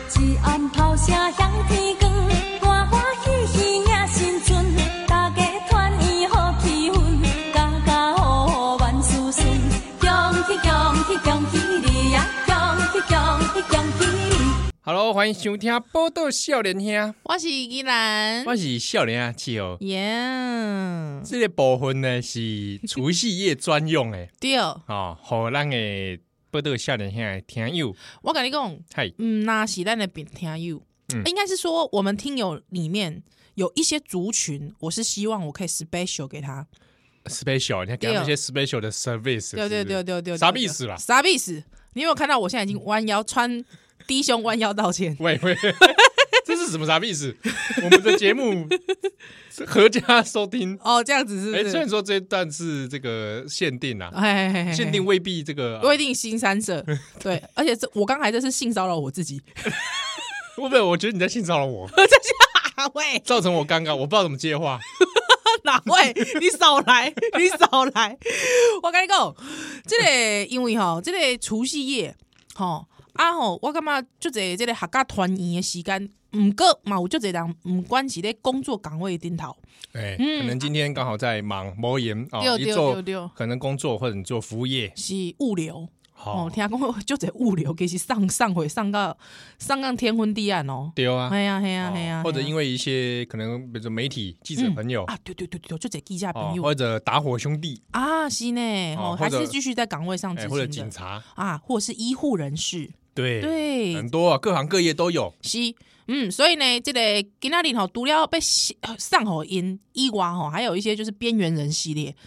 一暗炮声响天光，欢欢喜喜迎新春，大家团圆好气氛，家家户户万事顺，恭喜恭喜恭喜你呀，恭喜恭喜恭喜你。 Hello， 欢迎收听《报道少年兄》， 我是依兰， 我是少年啊七号。 耶， 这个部分呢是除夕夜专用的， 对， 哦，给咱的报道少年兄的听友。 我跟你讲， 嗨， 那是咱的听友，应该是说我们听友里面有一些族群，我是希望我可以 special 给他 special， 你看给他们一些 special 的 service， 对， 啥意思啦？ 啥意思？你有没有看到我现在已经弯腰穿低胸弯腰道歉？ 喂，这是什么啥意思？我们的节目合家收听哦，这样子是不是？ 虽然说这一段是这个限定啊， 哎， 限定未必这个未定新三色，对，而且我刚才这是性骚扰我自己， 会不会？我觉得你在性骚扰我， 哪位？ 造成我尴尬，我不知道怎么接话。 哪位？你少来，你少来！我跟你讲，这个因为这个除夕夜，我感觉就这个客家团圆的时间，不过嘛有就这人不管是在工作岗位顶头， 可能今天刚好在忙某研啊，你做可能工作或者你做服务业是物流。听讲就这物流，其实上回上到天昏地暗哦。 对啊， 哎呀， 或者因为一些可能比如说媒体记者朋友对，就这记者朋友， 或者打火兄弟啊，是呢，还是继续在岗位上执行的， 或者警察啊，或者是医护人士， 对，很多啊，各行各业都有。 是，所以呢，这个今仔日除了被上火音以外还有一些就是边缘人系列。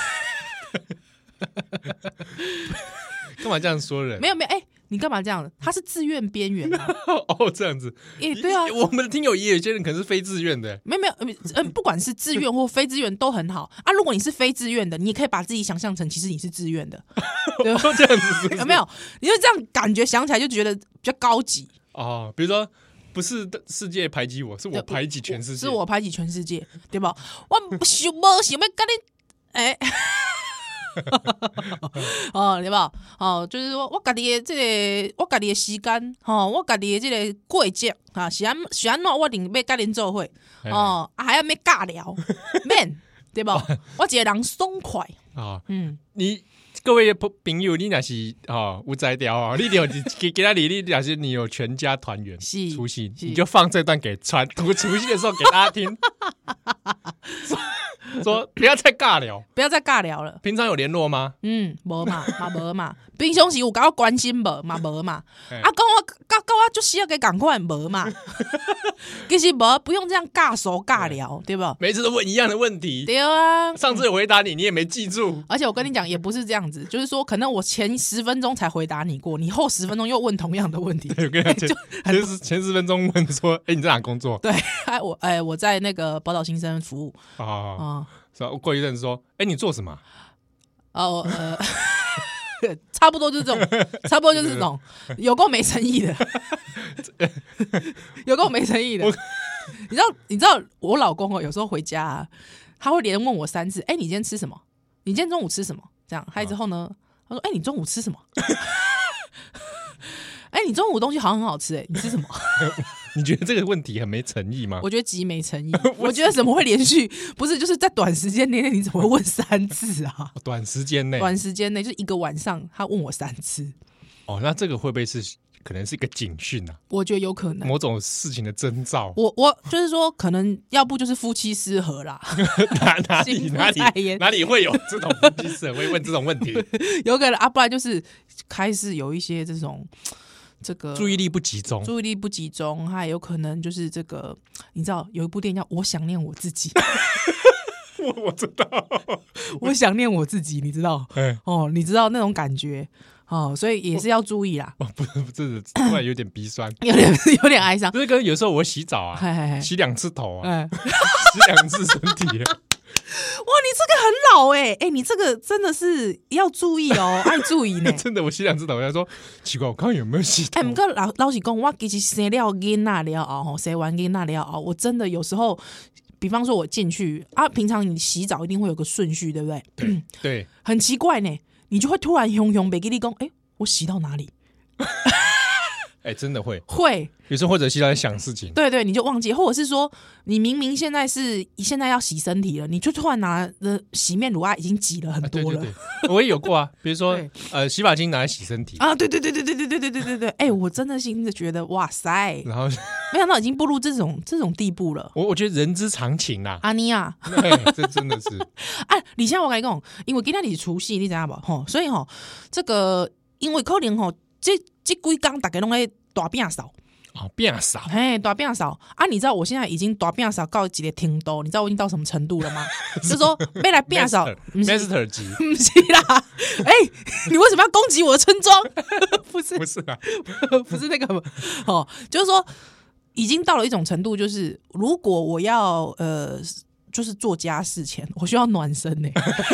干嘛这样说人？ 没有，你干嘛这样？他是自愿边缘啊。 哦，这样子。 对啊， 我们的听友也有些人可能是非自愿的。 没有，不管是自愿或非自愿都很好啊。如果你是非自愿的，你也可以把自己想象成其实你是自愿的。 这样子是有没有？你就这样感觉想起来就觉得比较高级哦。比如说，不是世界排挤我，是我排挤全世界， 是我排挤全世界，对吧？我没想要跟你对吧？就是说我家己的我家己的时间，我家己的这个过节啊，是安怎我一定要跟恁做伙还要要尬聊，免对吧？我一个人爽快啊，你各位朋友，你若是有才调你就给他你假设你有全家团圆除夕，你就放这段给除夕的时候给大家听。说不要再尬聊， 不要再尬聊了。 平常有联络吗？ 无嘛，平常时有甲我关心无嘛，跟我就需要给赶快无嘛。其实无不用这样尬熟尬聊，对吧？ 每次都问一样的问题， 对啊。上次有回答你也没记住， 而且我跟你讲，也不是这样子，就是说可能我前10分钟才回答你过，你后10分钟又问同样的问题。 对，我跟你讲，前10分钟问说，你在哪工作？ 对，我在那个宝岛新生服务我过一阵子说，你做什么？ 差不多就是这种，有够没诚意的，有够没诚意的。你知道我老公有时候回家他会连问我3次，你今天吃什么？你今天中午吃什么？这样，还之后呢，他说，你中午吃什么？你中午东西好像很好吃，你吃什么？ 你觉得这个问题很没诚意吗？ 我觉得极没诚意。我觉得怎么会连续？不是，就是在短时间内，你怎么会问3次啊？ 短时间内， 就是一个晚上，他问我3次。 那这个会不会是可能是一个警讯啊？ 我觉得有可能， 某种事情的征兆。 我就是说，可能要不就是夫妻失和啦。 哪里会有这种夫妻失和会问这种问题？ 有可能不然就是开始有一些这种。这个注意力不集中， 还有可能就是这个，你知道有一部电影叫《我想念我自己》， 我知道， 我想念我自己，你知道？你知道那种感觉所以也是要注意啦。 不，这突然有点鼻酸， 有点哀伤。 就是跟有时候我洗澡啊，洗2次头啊，洗2次身体。 哇，你这个很老你这个真的是要注意哦，爱注意呢。 真的，我洗2次头，他说奇怪，我刚刚有没有洗头？ 不过老实讲，我其实生了囡仔了后，生完囡仔了后，我真的有时候，比方说我进去平常你洗澡一定会有个顺序，对不对？ 对， 很奇怪呢，你就会突然熊熊北给你讲，我洗到哪里？ 哎，真的会， 有时候或者是在想事情， 对，你就忘记，或者是说你明明现在要洗身体了，你就突然拿的洗面乳啊已经挤了很多了。 对，我也有过啊，比如说洗发精拿来洗身体啊，对，哎，我真的心的觉得哇塞， 然后没想到已经步入这种地步了。 我觉得人之常情啦， 阿尼啊， 这真的是啊，李现在我跟你讲，因为今天你除夕，你知道不？吼，所以吼这个因为可能吼这几天大家拢在大变扫。 哦，变少， 嘿，大变少啊！你知道我现在已经大变少到几个程度？你知道我已经到什么程度了吗？就是说，未来变少 ，Master 级， 不是啦！哎，你为什么要攻击我的村庄？不是啊， 不是那个哦，就是说，已经到了一种程度，就是如果我要就是做家事前，我需要暖身呢。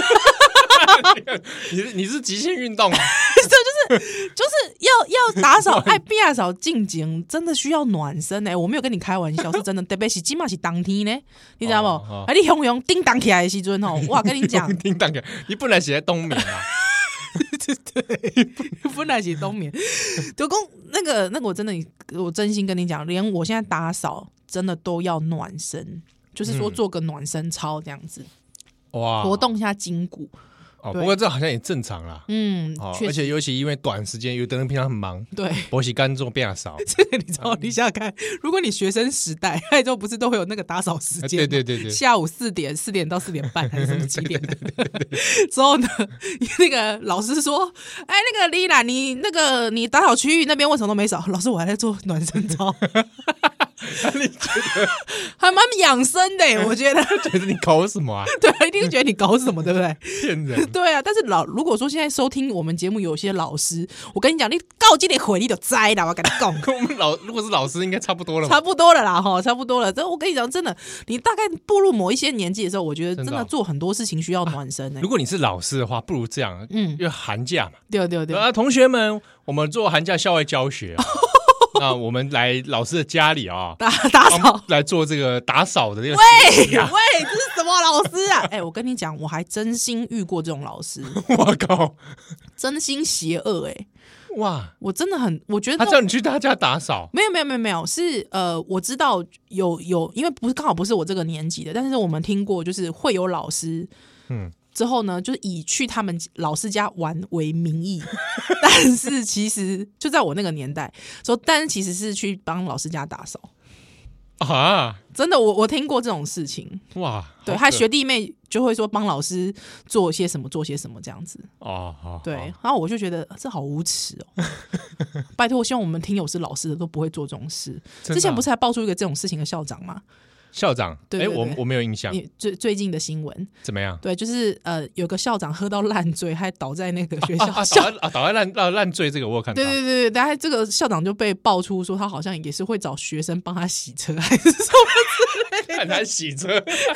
你是极限运动啊？ 就是要打扫，爱变扫进景，真的需要暖身呢。我没有跟你开玩笑，是真的。特别是今嘛是冬天呢，你知道不？啊，你汹汹叮当起来的时阵吼，哇，跟你讲， 叮当起来，你本来是在冬眠啊， 对，本来是冬眠。就讲那个，我真的，我真心跟你讲，连我现在打扫真的都要暖身，就是说做个暖身操这样子， 哇， 活动一下筋骨。 不过这好像也正常啦， 而且尤其因为短时间，有的人平常很忙， 对， 婆媳干做变少。 这个你知道，你想想看，如果你学生时代，那时候不是都会有那个打扫时间？ 对， 下午4点到4点半还是什么几点的？之后呢，那个老师说：“哎，那个丽娜，你打扫区域那边为什么都没扫？”老师，我还在做暖身操。 你觉得还蛮养生的，我觉得。 觉得你搞什么啊？ 对，一定觉得你搞什么，对不对？ 骗人。 对啊，但是如果说现在收听我们节目有些老师，我跟你讲，你告这点回你就栽了，我跟你讲。 我们如果是老师，应该差不多了。 差不多了啦，哈，差不多了。这我跟你讲，真的，你大概步入某一些年纪的时候，我觉得真的做很多事情需要暖身。 如果你是老师的话，不如这样，因为寒假嘛。 对啊，同学们，我们做寒假校外教学。那我们来老师的家里啊， 打扫， 来做这个打扫的这个。 喂，这是什么老师啊？哎，我跟你讲，我还真心遇过这种老师。 我靠， 真心邪恶哎！ 哇， 我真的很，我觉得他叫你去他家打扫， 没有，是我知道有，因为刚好不是我这个年纪的，但是我们听过，就是会有老师，之后呢，就是以去他们老师家玩为名义，但是其实就在我那个年代但是其实是去帮老师家打扫啊！真的，我听过这种事情哇！对，他学弟妹就会说帮老师做些什么这样子哦。对，然后我就觉得这好无耻哦！拜托，希望我们听友是老师的都不会做这种事。之前不是还爆出一个这种事情的校长吗？ 校长，对，我没有印象。 最近的新闻怎么样？ 对，就是有个校长喝到烂醉，还倒在那个学校， 倒在烂醉，这个我有看到。 对，但是这个校长就被爆出说他好像也是会找学生帮他洗车，还是什么之类的， 看他洗车，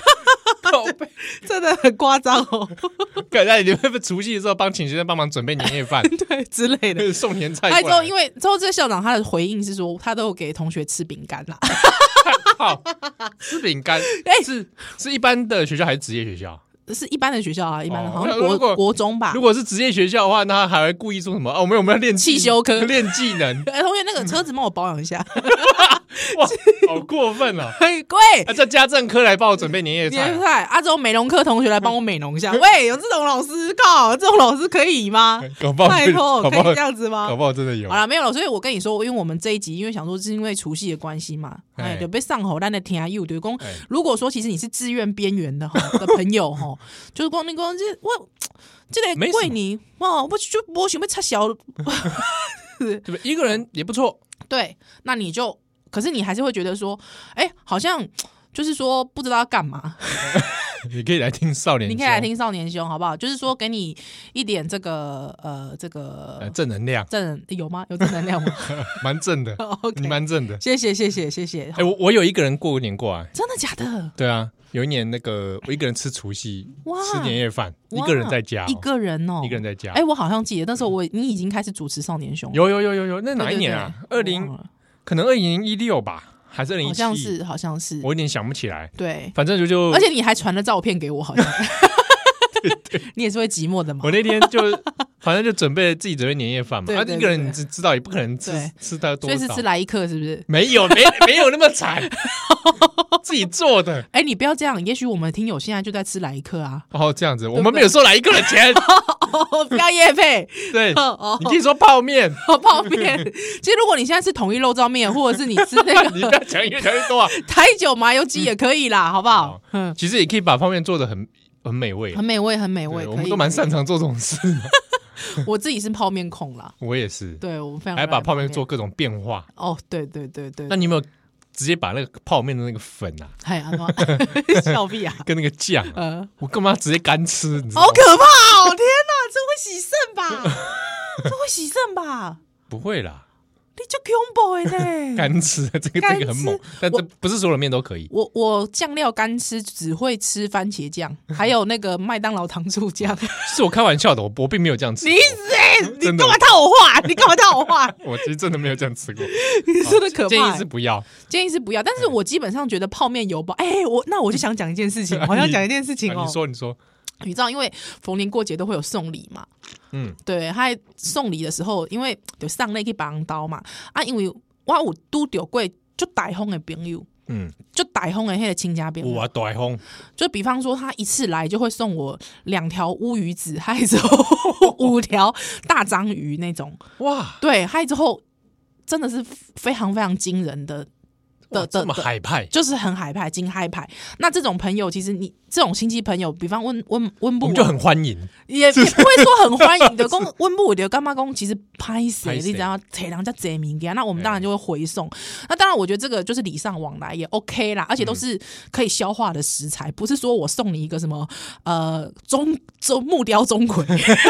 真的很夸张哦。 看来你会不会除夕的时候请学生帮忙准备年夜饭， 对之类的， 送年菜过来。 因为之后这个校长他的回应是说，他都有给同学吃饼干啦。 好，吃饼干，是一般的学校还是职业学校？ 是一般的学校啊，一般的好像国中吧。 如果是职业学校的话，那还会故意说什么？我们要练汽修科， 练技能。 同学，那个车子帮我保养一下。 哇，好过分哦！ 很贵， 叫家政科来帮我准备年夜菜。 之后美容科同学来帮我美容一下。喂，有这种老师？靠，这种老师可以吗？拜托，可以这样子吗？ 搞不好真的有。 好了，没有了。所以我跟你说，因为我们这一集，因为想说是因为除夕的关系嘛，就被上吼，咱的听友对讲，如果说其实你是自愿边缘的朋友哈，就是光那个我这个贵你哇，我就我想要插小， 对不对？一个人也不错。 对，那你就。可是你还是会觉得说，好像就是说不知道要干嘛。 你可以来听少年， 你可以来听少年兄，好不好？就是说给你一点这个正能量， 有吗？有正能量吗？ 蛮正的，你蛮正的， 谢谢。 我有一个人过年过来， 真的假的？ 对啊，有一年我一个人吃除夕，吃年夜饭，一个人在家， 一个人在家。我好像记得那时候你已经开始主持少年兄， 有，那哪一年啊？可能2016吧，还是2017？ 好像是， 我有点想不起来。 对， 反正就， 而且你还传了照片给我，好像。对，你也是会寂寞的吗？ 我那天就反正就自己准备年夜饭嘛。 对对对一个人你知道也不可能吃到多少， 所以是吃来一克是不是？ 没有那么惨，自己做的。 哎，你不要这样，也许我们听友现在就在吃来一克啊。 哦，这样子，我们没有收来一克的钱， 不要业配。 对，你可以说泡面， 泡面。其实如果你现在吃统一肉燥面，或者是你吃那个， 你不要讲越讲越多啊。 台酒麻油鸡也可以啦，好不好？ 其实也可以把泡面做的很美味， 很美味，很美味。 我们都蛮擅长做这种事的。 我自己是泡面控啦， 我也是。 对，我非常还把泡面做各种变化。 哦，对。 那你有没有直接把那个泡面的那个粉啊， 笑屁啊， 跟那个酱，我干嘛直接干吃？你知道吗？ 好可怕哦！天哪，这会洗肾吧？这会洗肾吧？ 不会啦。 你就恐怖的呢， 干吃这个很猛，但这不是所有的面都可以。 我酱料干吃只会吃番茄酱，还有那个麦当劳糖醋酱。 是我开玩笑的，我并没有这样吃。 你干嘛套我话？你干嘛套我话？ 我其实真的没有这样吃过， 真的可怕。 建议是不要， 但是我基本上觉得泡面油包，我就想讲一件事情，我想讲一件事情哦。 你说。 你知道，因为逢年过节都会有送礼嘛，对，他送礼的时候，因为有上那去绑刀嘛，因为我有拄到过就大方的朋友，就大方的那个亲家朋友， 哇，大方， 就比方说他一次来就会送我2条乌鱼子，还有之后5条大章鱼那种，哇，对，还有之后真的是非常非常惊人的。 这么海派， 就是很海派，金海派。那这种朋友，其实你这种亲戚朋友，比方温布， 就很欢迎， 也不会说很欢迎的。公温布，我觉得干妈公其实拍谁，你只要扯人家贼名给，那我们当然就会回送。那当然，我觉得这个就是礼尚往来也 OK 啦，而且都是可以消化的食材，不是说我送你一个什么木雕钟馗。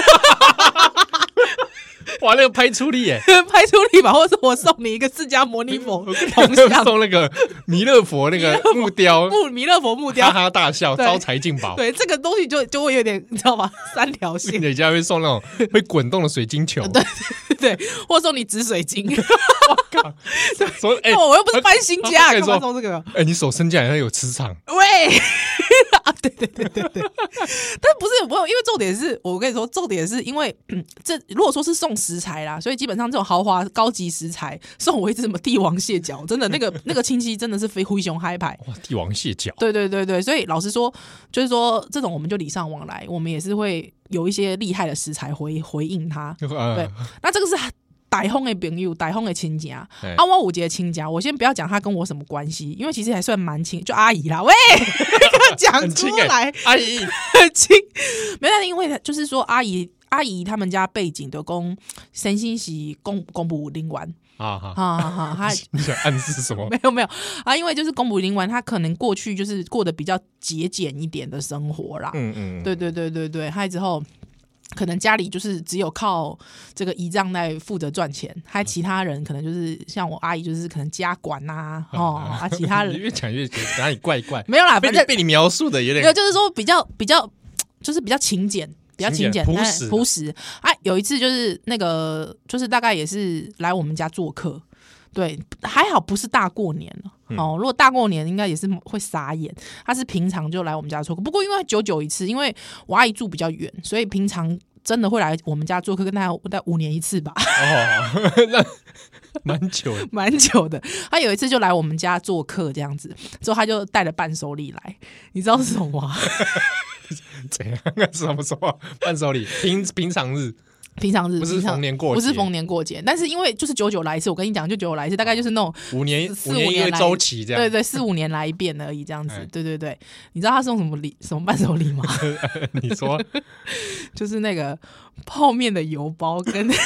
哇，那个拍出力耶， 拍出力吧，或者是我送你一个释迦牟尼佛铜像， 送那个弥勒佛那个木雕， 弥勒佛木雕， 哈哈大笑，招财进宝。 对，这个东西就会有点，你知道吗？3条线， 人家会送那种会滚动的水晶球， 对，或送你紫水晶。 我靠！ 我又不是搬新家，干嘛送这个？ 你手伸进来，它有磁场。 喂。对，但不是，因为重点是我跟你说，重点是因为这如果说是送食材啦，所以基本上这种豪华高级食材送我一只什么帝王蟹脚，真的那个亲戚真的是非灰熊嗨牌。 哇，帝王蟹脚， 对，所以老实说，就是说这种我们就礼尚往来，我们也是会有一些厉害的食材回应他。对，那这个是大方的朋友，大方的亲家。我有一个亲家，我先不要讲他跟我什么关系，因为其实还算蛮亲，就阿姨啦。喂，讲出来， 阿姨很亲。没有，因为就是说阿姨他们家背景的身心是公部灵官。 你想暗示什么？ 没有啊，因为就是公部灵官，他可能过去就是过得比较节俭一点的生活啦。对，还之后。可能家里就是只有靠这个姨丈在负责赚钱，还其他人可能就是像我阿姨，就是可能家管呐，其他人越讲越觉得哪里怪， 没有啦，反正被你描述的有点， 没有，就是说比较就是比较勤俭，朴实。有一次就是那个就是大概也是来我们家做客。对，还好不是大过年如果大过年应该也是会傻眼。他是平常就来我们家做客，不过因为久一次，因为我阿姨住比较远，所以平常真的会来我们家做客，跟大概5年一次吧。 那蛮久的。 他有一次就来我们家做客这样子，之后他就带了伴手礼来，你知道是什么吗？ 怎样？什么伴手礼？平常日不是逢年过节， 不是逢年过节，但是因为就是久来一次，我跟你讲，就久来一次，大概就是那种 5年一个周期这样， 对，4-5年来一遍而已这样子，对，你知道他送什么伴手礼吗？ 你说， 就是那个泡面的油包跟那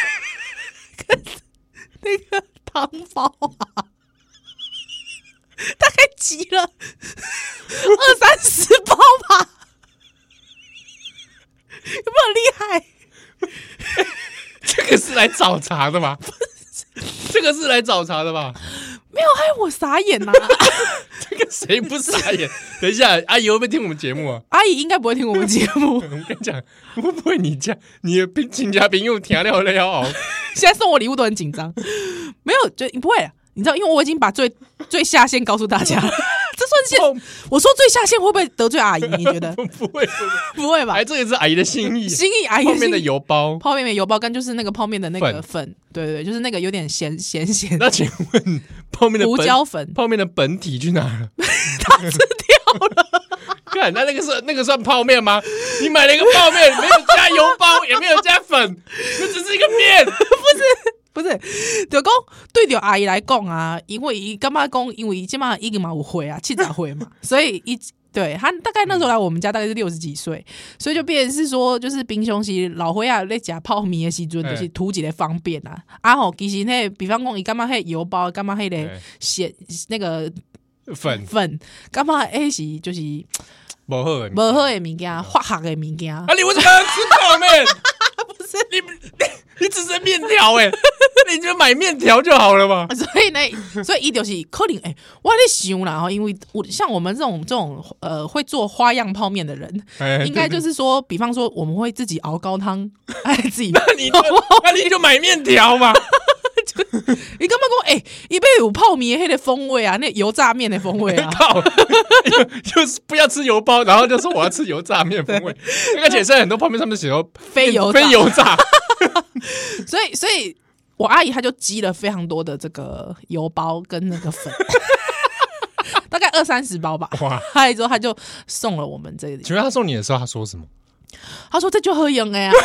个汤包啊，大概集了20-30包吧，有没有很厉害？ 这个是来找茬的吧？这个是来找茬的吧？ 没有，害我傻眼呐！ 这个谁不傻眼？等一下，阿姨会不会听我们节目啊？ 阿姨应该不会听我们节目。 我跟你讲，会不会你的亲家朋友听了现在送我礼物都很紧张。没有，就不会。你知道，因为我已经把最下限告诉大家了，这算线，我说最下线会不会得罪阿姨？你觉得不会， 不会吧？ 哎，这也是阿姨的心意， 心意阿姨泡面的油包， 泡面的油包跟就是那个泡面的那个粉，对对，就是那个有点咸。 那请问泡面的胡椒粉， 泡面的本体去哪了？ 他吃掉了。 看，那个算泡面吗？你买了一个泡面，没有加油包，也没有加粉，那只是一个面， 不是，就讲对着阿姨来讲啊，因为伊干嘛讲，因为伊起码已经嘛有岁啊，70岁嘛，所以对他大概那时候来我们家大概是60几岁，所以就变成是说，就是平常时老岁仔在吃泡面的时阵，就是图一个方便啊。啊吼，其实那比方讲，伊干嘛迄油包，干嘛迄个咸那个粉，干嘛迄是就是不好的物件，化学的物件。 啊，你为什么要吃泡面？ 不是你只是面条你就买面条就好了嘛。 所以呢，所以伊就是可能我在想啦哈，因为像我们这种会做花样泡面的人，应该就是说，比方说我们会自己熬高汤，自己那你就买面条嘛。 你干嘛讲一杯有泡面的那个风味啊，那油炸面的风味啊， 靠，就是不要吃油包，然后就说我要吃油炸面风味，而且现在很多泡面上面写说非油炸， 所以我阿姨她就积了非常多的这个油包跟那个粉。大概20-30包吧，哇！之后他就送了我们这里。 请问他送你的时候，他说什么？ 他说这就好用的呀。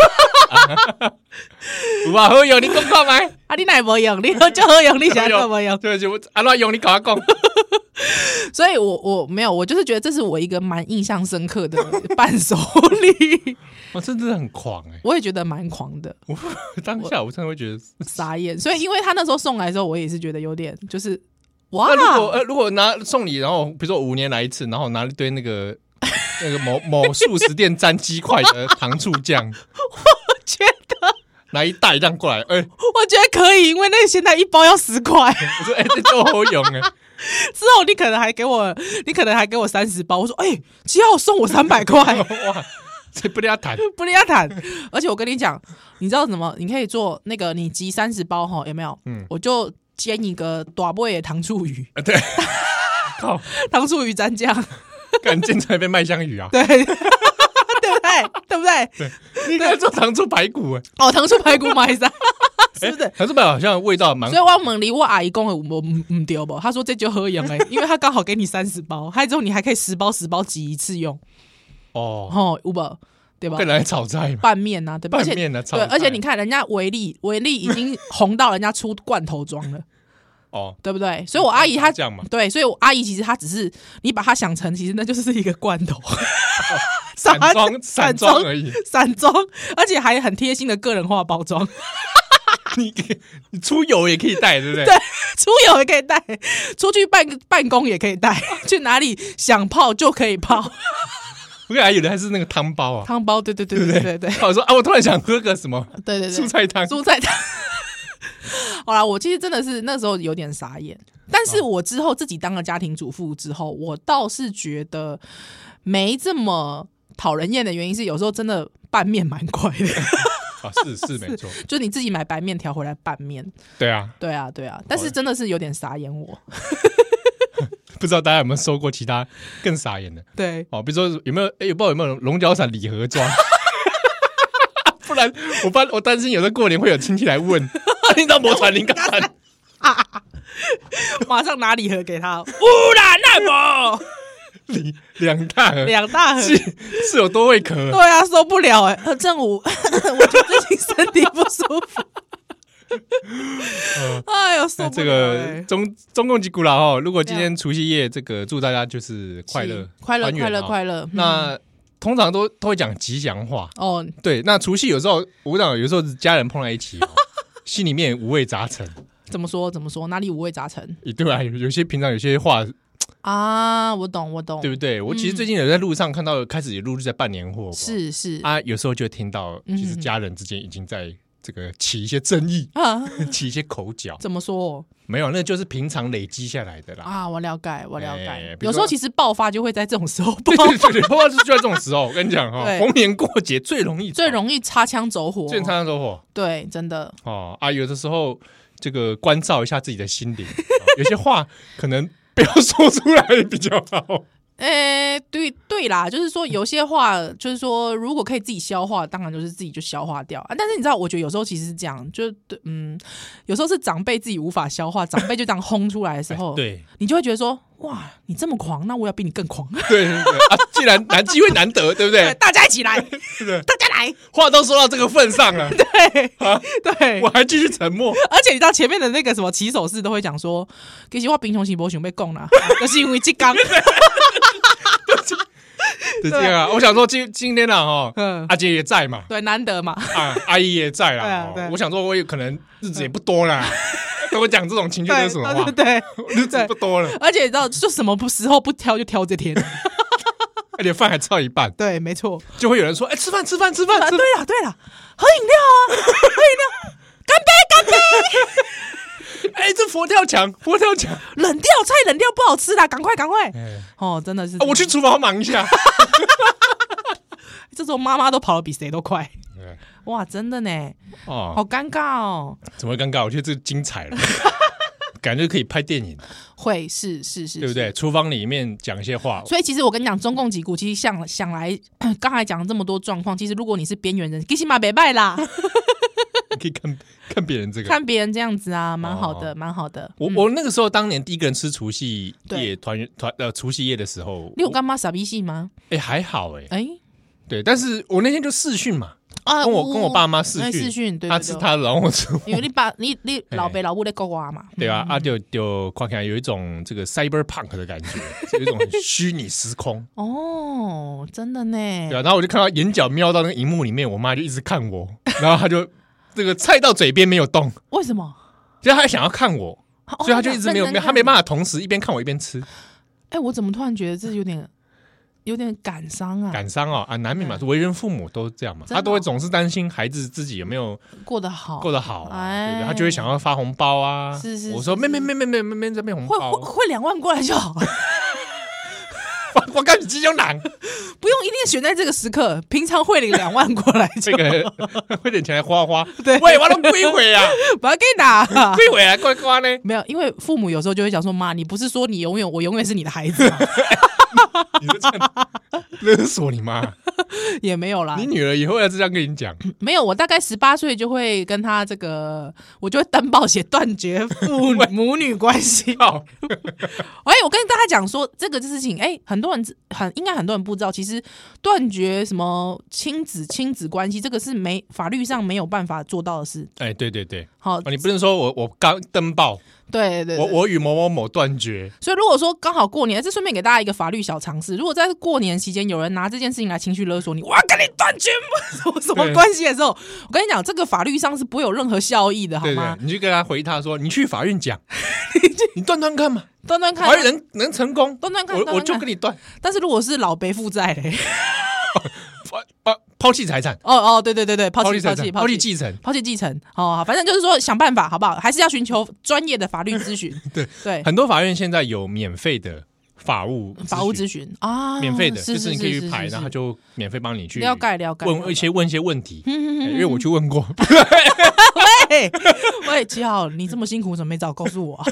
有啊，好用，你讲看麦。 啊，你哪无用？你就好用，你想怎么用？ 对，就安怎用，你跟我讲。 所以我没有，我就是觉得这是我一个蛮印象深刻的伴手礼。 我真的很狂我也觉得蛮狂的。 当下我真的会觉得傻眼。所以因为他那时候送来的时候，我也是觉得有点就是哇。 那如果送你，然后比如说5年来一次，然后拿一堆那个某素食店沾鸡块的糖醋酱， 我觉得拿一袋这样过来， 我觉得可以，因为那个现在一包要10块。 我说这都好用之后你可能还给我30包，我说只要送我300块， 哇，这不要谈， 而且我跟你讲，你知道什么？你可以做那个，你集30包哈，有没有？我就煎一个大杯的糖醋鱼， 对，靠， 糖醋鱼蘸酱， 敢煎出来变麦香鱼啊？ 对。对不对？ 对，你可以做糖醋排骨糖醋排骨买啥？是不是？ 糖醋排骨好像味道蛮…… 所以我问你，我阿姨讲的我唔对不？她说这就好用因为她刚好给你30包，还之后你还可以10包挤一次用。有不？对吧？ 可以来炒菜嘛， 拌面啊，对吧？ 拌面啊， 对，而且你看人家维力已经红到人家出罐头装了。对不对？所以我阿姨她这样嘛， 对，所以我阿姨其实她只是你把它想成，其实那就是一个罐头， 散装而已， 散装，而且还很贴心的个人化包装。 你出游也可以带，对不对？ 对，出游也可以带，出去办公也可以带，去哪里想泡就可以泡。 我还有的还是那个汤包啊， 汤包，对。 我说我突然想喝个什么， 对， 蔬菜汤。 好啦，我其实真的是那时候有点傻眼，但是我之后自己当了家庭主妇之后，我倒是觉得没这么讨人厌的原因是，有时候真的拌面蛮快的。 是没错， 就你自己买白面条回来拌面。 对啊， 但是真的是有点傻眼我。 不知道大家有没有收过其他更傻眼的？ 对， 比如说不知道有没有龙角散礼盒装。不然我担心有时候过年会有亲戚来问，你知道没传灵感？ 马上拿礼盒给他，啦，那么两大盒是有多会咳？ 对啊，受不了正午，我觉得最近身体不舒服。哎呦，受不了！ 这个中共吉古老如果今天除夕夜，这个祝大家就是快乐。那通常都会讲吉祥话对。那除夕有时候我讲，有时候家人碰在一起，心里面五味杂陈。 怎么说？哪里五味杂陈？ 对啊，平常有些话啊，我懂，对不对？我其实最近有在路上看到，开始也陆续在办年货， 是有时候就听到，其实家人之间已经在这个起一些争议起一些口角。 怎么说？ 没有，那就是平常累积下来的啦。 我了解。有时候其实爆发就会在这种时候爆发，对，爆发就在这种时候。我跟你讲逢年过节最容易擦枪走火， 对， 真的有的时候这个关照一下自己的心灵，有些话可能不要说出来比较好。 对啦，就是说有些话，就是说如果可以自己消化，当然就是自己就消化掉啊。但是你知道，我觉得有时候其实是这样，就有时候是长辈自己无法消化，长辈就这样轰出来的时候， 对， 你就会觉得说，哇，你这么狂，那我要比你更狂。 对啊，既然机会难得，对不对？ 大家一起来，大家来， 话都说到这个份上了， 对对， 我还继续沉默。 而且你知道前面的那个什么起手式都会讲说，其实我平常时没想要讲啦，就是因为这刚。 是这样啊，我想说今天啊，阿杰也在嘛， 对，难得嘛， 阿姨也在啦， 对， 我想说我有可能日子也不多啦，跟我讲这种情绪勒索的话， 对， 日子不多了， 而且你知道，就什么时候不挑就挑这天， 而且饭还吃到一半， 对，没错， 就会有人说，吃饭，对了， 喝饮料啊，喝饮料，干杯。 这佛跳墙， 冷掉菜冷掉不好吃啦，赶快！哦，真的是， 我去厨房忙一下。 这时候妈妈都跑得比谁都快，哇，真的呢，好尴尬哦。 怎么会尴尬？我觉得这精彩了，感觉可以拍电影。 会是， 对不对？厨房里面讲一些话， 所以其实我跟你讲，中共几股其实想来，刚才讲了这么多状况，其实如果你是边缘人，其实嘛没败啦。 可以看别人这个， 看别人这样子啊，蛮好的，蛮好的。 我那个时候当年第一个人吃除夕夜除夕夜的时候， 你有干妈傻逼戏吗？ 还好对，但是我那天就视讯嘛，跟我爸妈视讯， 对， 他吃他的，然后我吃我， 因为你老爸老母在勾我嘛， 对啊，就看起来有一种这个 cyberpunk 的感觉，有一种虚拟时空哦，真的呢， 对啊，然后我就看到眼角瞄到那个荧幕里面，我妈就一直看我，然后她就这个菜到嘴边没有动， 为什么？ 所以她还想要看我，所以她就一直没有，她没办法同时一边看我一边吃。 我怎么突然觉得这有点感伤啊？ 感伤啊，难免嘛，为人父母都这样嘛，他都会总是担心孩子自己有没有过得好， 对不对？他就会想要发红包啊。 是， 我说妹这边红包会2万过来就好了。 我告诉你，鸡胸囊不用一定选在这个时刻，平常汇领2万过来就好， 这个汇点钱来花。 对， 喂，我都归回啊， 不要给你打， 归回来乖呢。 没有，因为父母有时候就会讲说，妈，你不是说我永远是你的孩子吗？ 你是这样勒索你妈？ 也没有啦， 你女儿以后要这样跟你讲？ 没有，我大概18岁就会跟他这个，我就会登报写断绝母女关系。我跟大家讲说这个事情，很多人应该很多人不知道，其实断绝什么亲子关系，这个是法律上没有办法做到的事。 对， 好， 你不能说我刚登报。 对， 我与某某某断绝。所以如果说刚好过年，这顺便给大家一个法律小常识：如果在过年期间有人拿这件事情来情绪勒索你，我要跟你断绝什么关系的时候，我跟你讲，这个法律上是不会有任何效益的，好吗？ 对，你就跟他回他说，你去法院讲，你断看嘛， 断看， 法院能成功， 断看， 我就跟你断。 但是如果是老辈负债嘞。 抛弃财产对，抛弃继承， 反正就是说想办法好不好？还是要寻求专业的法律咨询。对， 很多法院现在有免费的法务咨询啊， 免费的，就是你可以去排，然后他就免费帮你去了解问一些问题，因为我去问过。 喂，七号，你这么辛苦，怎么没早告诉我？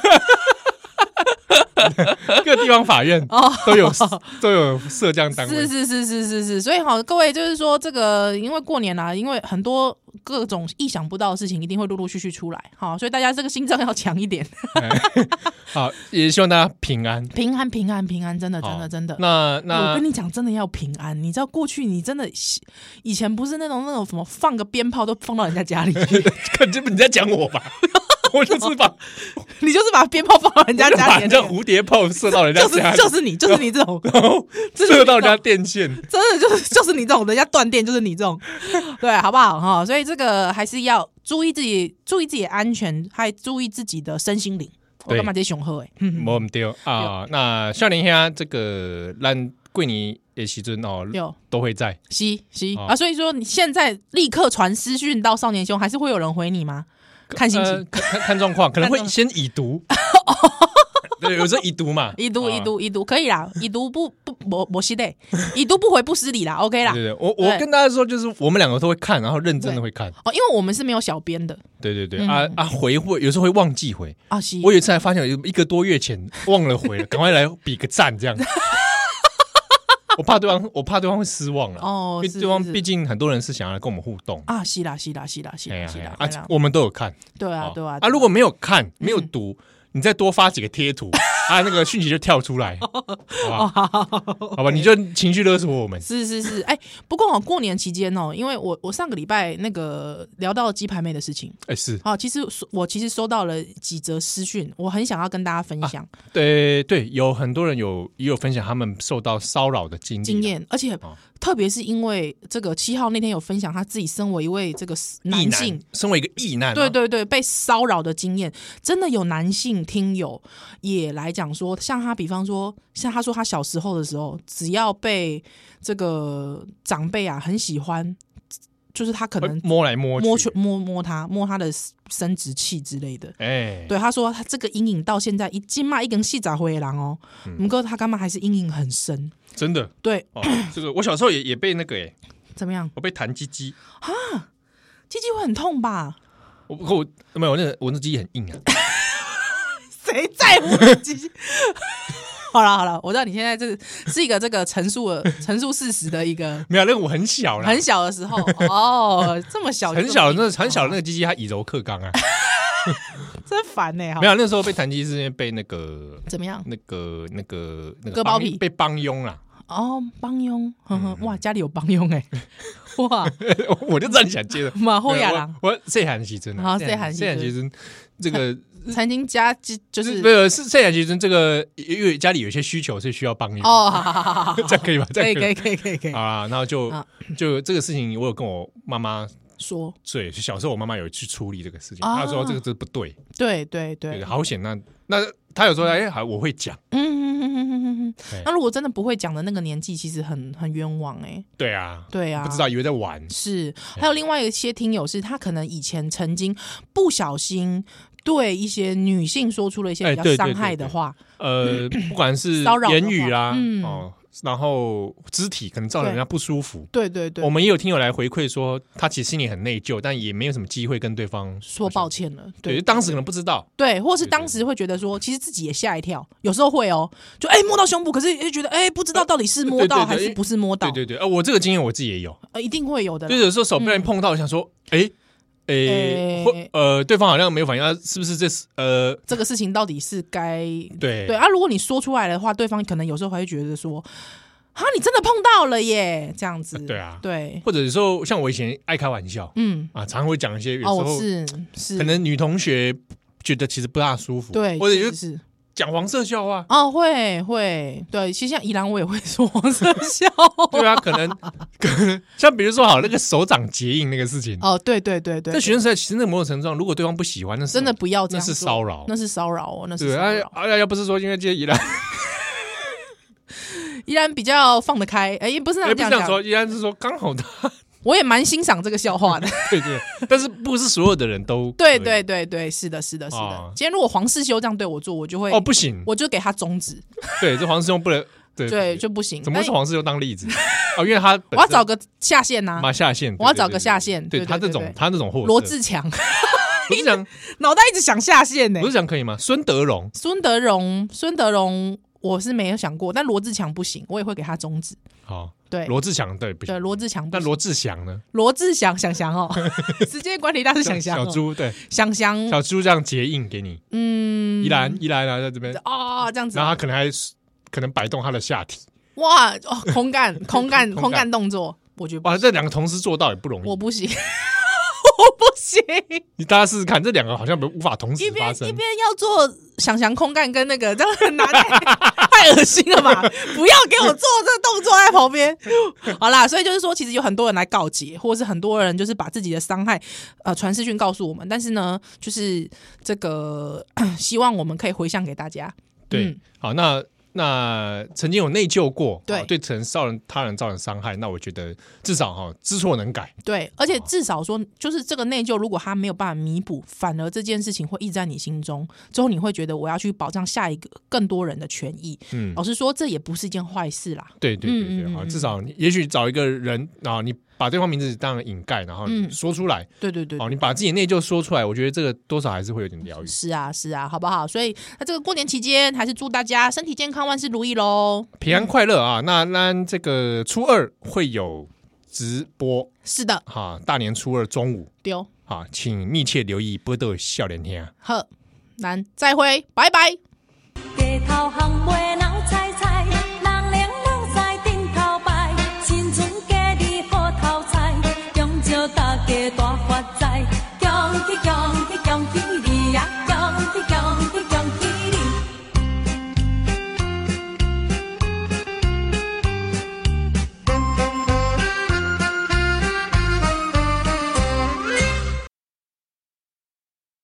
各地方法院都有设这样单位， 是，所以各位就是说这个，因为过年啦，因为很多各种意想不到的事情一定会陆陆续续出来，所以大家这个心脏要强一点。 好，也希望大家平安，真的。那我跟你讲，真的要平安。你知道过去你真的以前不是那种什么放个鞭炮都放到人家家里去， 肯定你在讲我吧？我就是你就是把鞭炮放到人家家里， 把蝴蝶炮射到人家家里， 就是你这种， 然后射到人家电线， 真的就是你这种，人家断电就是你这种，对，好不好所以这个还是要注意自己的安全，还注意自己的身心灵。我干嘛这雄鹤没对啊。那少年兄这个咱过年的时阵都会在， 是所以说你现在立刻传私讯到少年兄，还是会有人回你吗？看心情， 看状况，可能会先已读， 对，有时候已读嘛， 已读可以啦，已读不失礼，已读不回不失礼啦 ，OK 啦。 对对，我跟大家说，就是我们两个都会看，然后认真的会看。 哦，因为我们是没有小编的。 对，回会有时候会忘记回啊，是。 我有一次还发现，有1个多月前忘了回了，赶快来比个赞这样。我怕对方会失望了哦，因为对方毕竟很多人是想要来跟我们互动啊，是啦， 我们都有看， 对啊， 如果没有看没有读，你再多发几个贴图，那个讯息就跳出来，好吧，你就情绪勒索我们， 是，哎，不过过年期间哦，因为我上个礼拜那个聊到鸡排妹的事情， 哎是， 其实我收到了几则私讯，我很想要跟大家分享， 对，有很多人也有分享他们受到骚扰的经验， 而且特别是因为这个7号那天有分享他自己身为一位这个男性， 身为一个异男， 对，被骚扰的经验，真的有男性听友也来讲说，像他比方说，像他说他小时候的时候，只要被这个长辈啊很喜欢，就是他可能摸来摸去， 摸他的生殖器之类的。 哎， 对，他说他这个阴影到现在已经嘛一根细杂灰狼哦，不过他干嘛还是阴影很深， 真的。 对， 这个我小时候也被那个怎么样？ 我被弹鸡鸡啊，鸡鸡会很痛吧？ 我没有，我那鸡很硬啊。 谁在乎鸡鸡？好了，我知道你现在这是一个这个陈述事实的一个， 没有，那个我很小了， 很小的时候哦，这么小， 很小的那个鸡鸡，它以柔克刚啊， 真烦呢。 没有，那时候被弹鸡是因为被那个怎么样？ 那个割包皮被帮佣啦。 哦，帮佣，哇，家里有帮佣哎，哇， 我就知道你想接的， 马后亚郎， 我细汉时阵啊， 细汉时阵这个。 曾经就是没有是现在其实这个因为家里有些需求是需要帮佣哦，好， 这样可以吗？ 可以啊，然后就这个事情，我有跟我妈妈说， 对，小时候我妈妈有去处理这个事情，她说这个不对， 对， 好险，那她有说我会讲， 那如果真的不会讲的那个年纪，其实很冤枉哎， 对啊， 不知道以为在玩， 是，还有另外一些听友是他可能以前曾经不小心。对一些女性说出了一些比较伤害的话， 不管是言语啦，然后肢体可能造成人家不舒服， 对， 我们也有听友来回馈说，他其实心里很内疚，但也没有什么机会跟对方说抱歉了， 对，当时可能不知道， 对，或是当时会觉得说，其实自己也吓一跳，有时候会就摸到胸部，可是也觉得不知道到底是摸到还是不是摸到， 对，我这个经验我自己也有， 一定会有的， 就有时候手被人碰到，想说，对方好像没有反应，是不是这个事情到底是该对如果你说出来的话，对方可能有时候还会觉得说，你真的碰到了耶，这样子， 对啊， 对， 或者有时候像我以前爱开玩笑，常常会讲一些，有时候是可能女同学觉得其实不大舒服， 对， 或者就是讲黄色笑话会，对，其实像宜兰我也会说黄色笑话， 对啊，可能像比如说那个手掌结印那个事情， 对， 在学生时代其实那某种程度上，如果对方不喜欢，那真的不要这样， 那是骚扰， 那是骚扰， 对，要不是说因为今天宜兰比较放得开，不是那样讲， 宜兰是说刚好他。 我也蛮欣赏这个笑话的， 对，但是不是所有的人都对，是的。今天如果黄世修这样对我做，我就会不行， 我就给他终止。 对，这黄世修不能， 对就不行。 怎么是黄世修当例子？因为他我要找个下线呐， 下线， 我要找个下线。 对他那种货， 罗志强，脑袋一直想下线呢。 罗志强可以吗？孙德荣， 我是没有想过，但罗志强不行，我也会给他终止。 好。 对， 罗志强对不行， 对罗志强， 但罗志祥呢？ 罗志祥想时间管理大师想小猪对， 想小猪这样结印给你，宜兰啊，在这边这样子， 然后他可能摆动他的下体， 哇，空干动作，我觉得哇，这两个同时做到也不容易， 我不行。我不行， 你大家试试看，这两个好像无法同时发生。 一边要做想空干跟那个，这样很难，太恶心了吧！不要给我做这个动作在旁边。好啦，所以就是说，其实有很多人来告解，或者是很多人就是把自己的伤害传视讯告诉我们，但是呢，就是这个希望我们可以回向给大家。 对，好，那那曾经有内疚过， 对对他人造成伤害，那我觉得至少知错能改。 对，而且至少说，就是这个内疚，如果他没有办法弥补，反而这件事情会一直在你心中，之后你会觉得我要去保障下一个更多人的权益。老实说，这也不是一件坏事啦。 对，至少也许找一个人啊，你把对方名字当然掩盖，然后说出来。 对， 你把自己的内疚说出来，我觉得这个多少还是会有点疗愈。 是啊，好不好？所以那这个过年期间，还是祝大家身体健康，万事如意喽， 平安快乐啊！那这个初2会有直播， 是的， 大年初2中午丢请密切留意波豆笑脸天。 好，咱再会，拜拜。 街头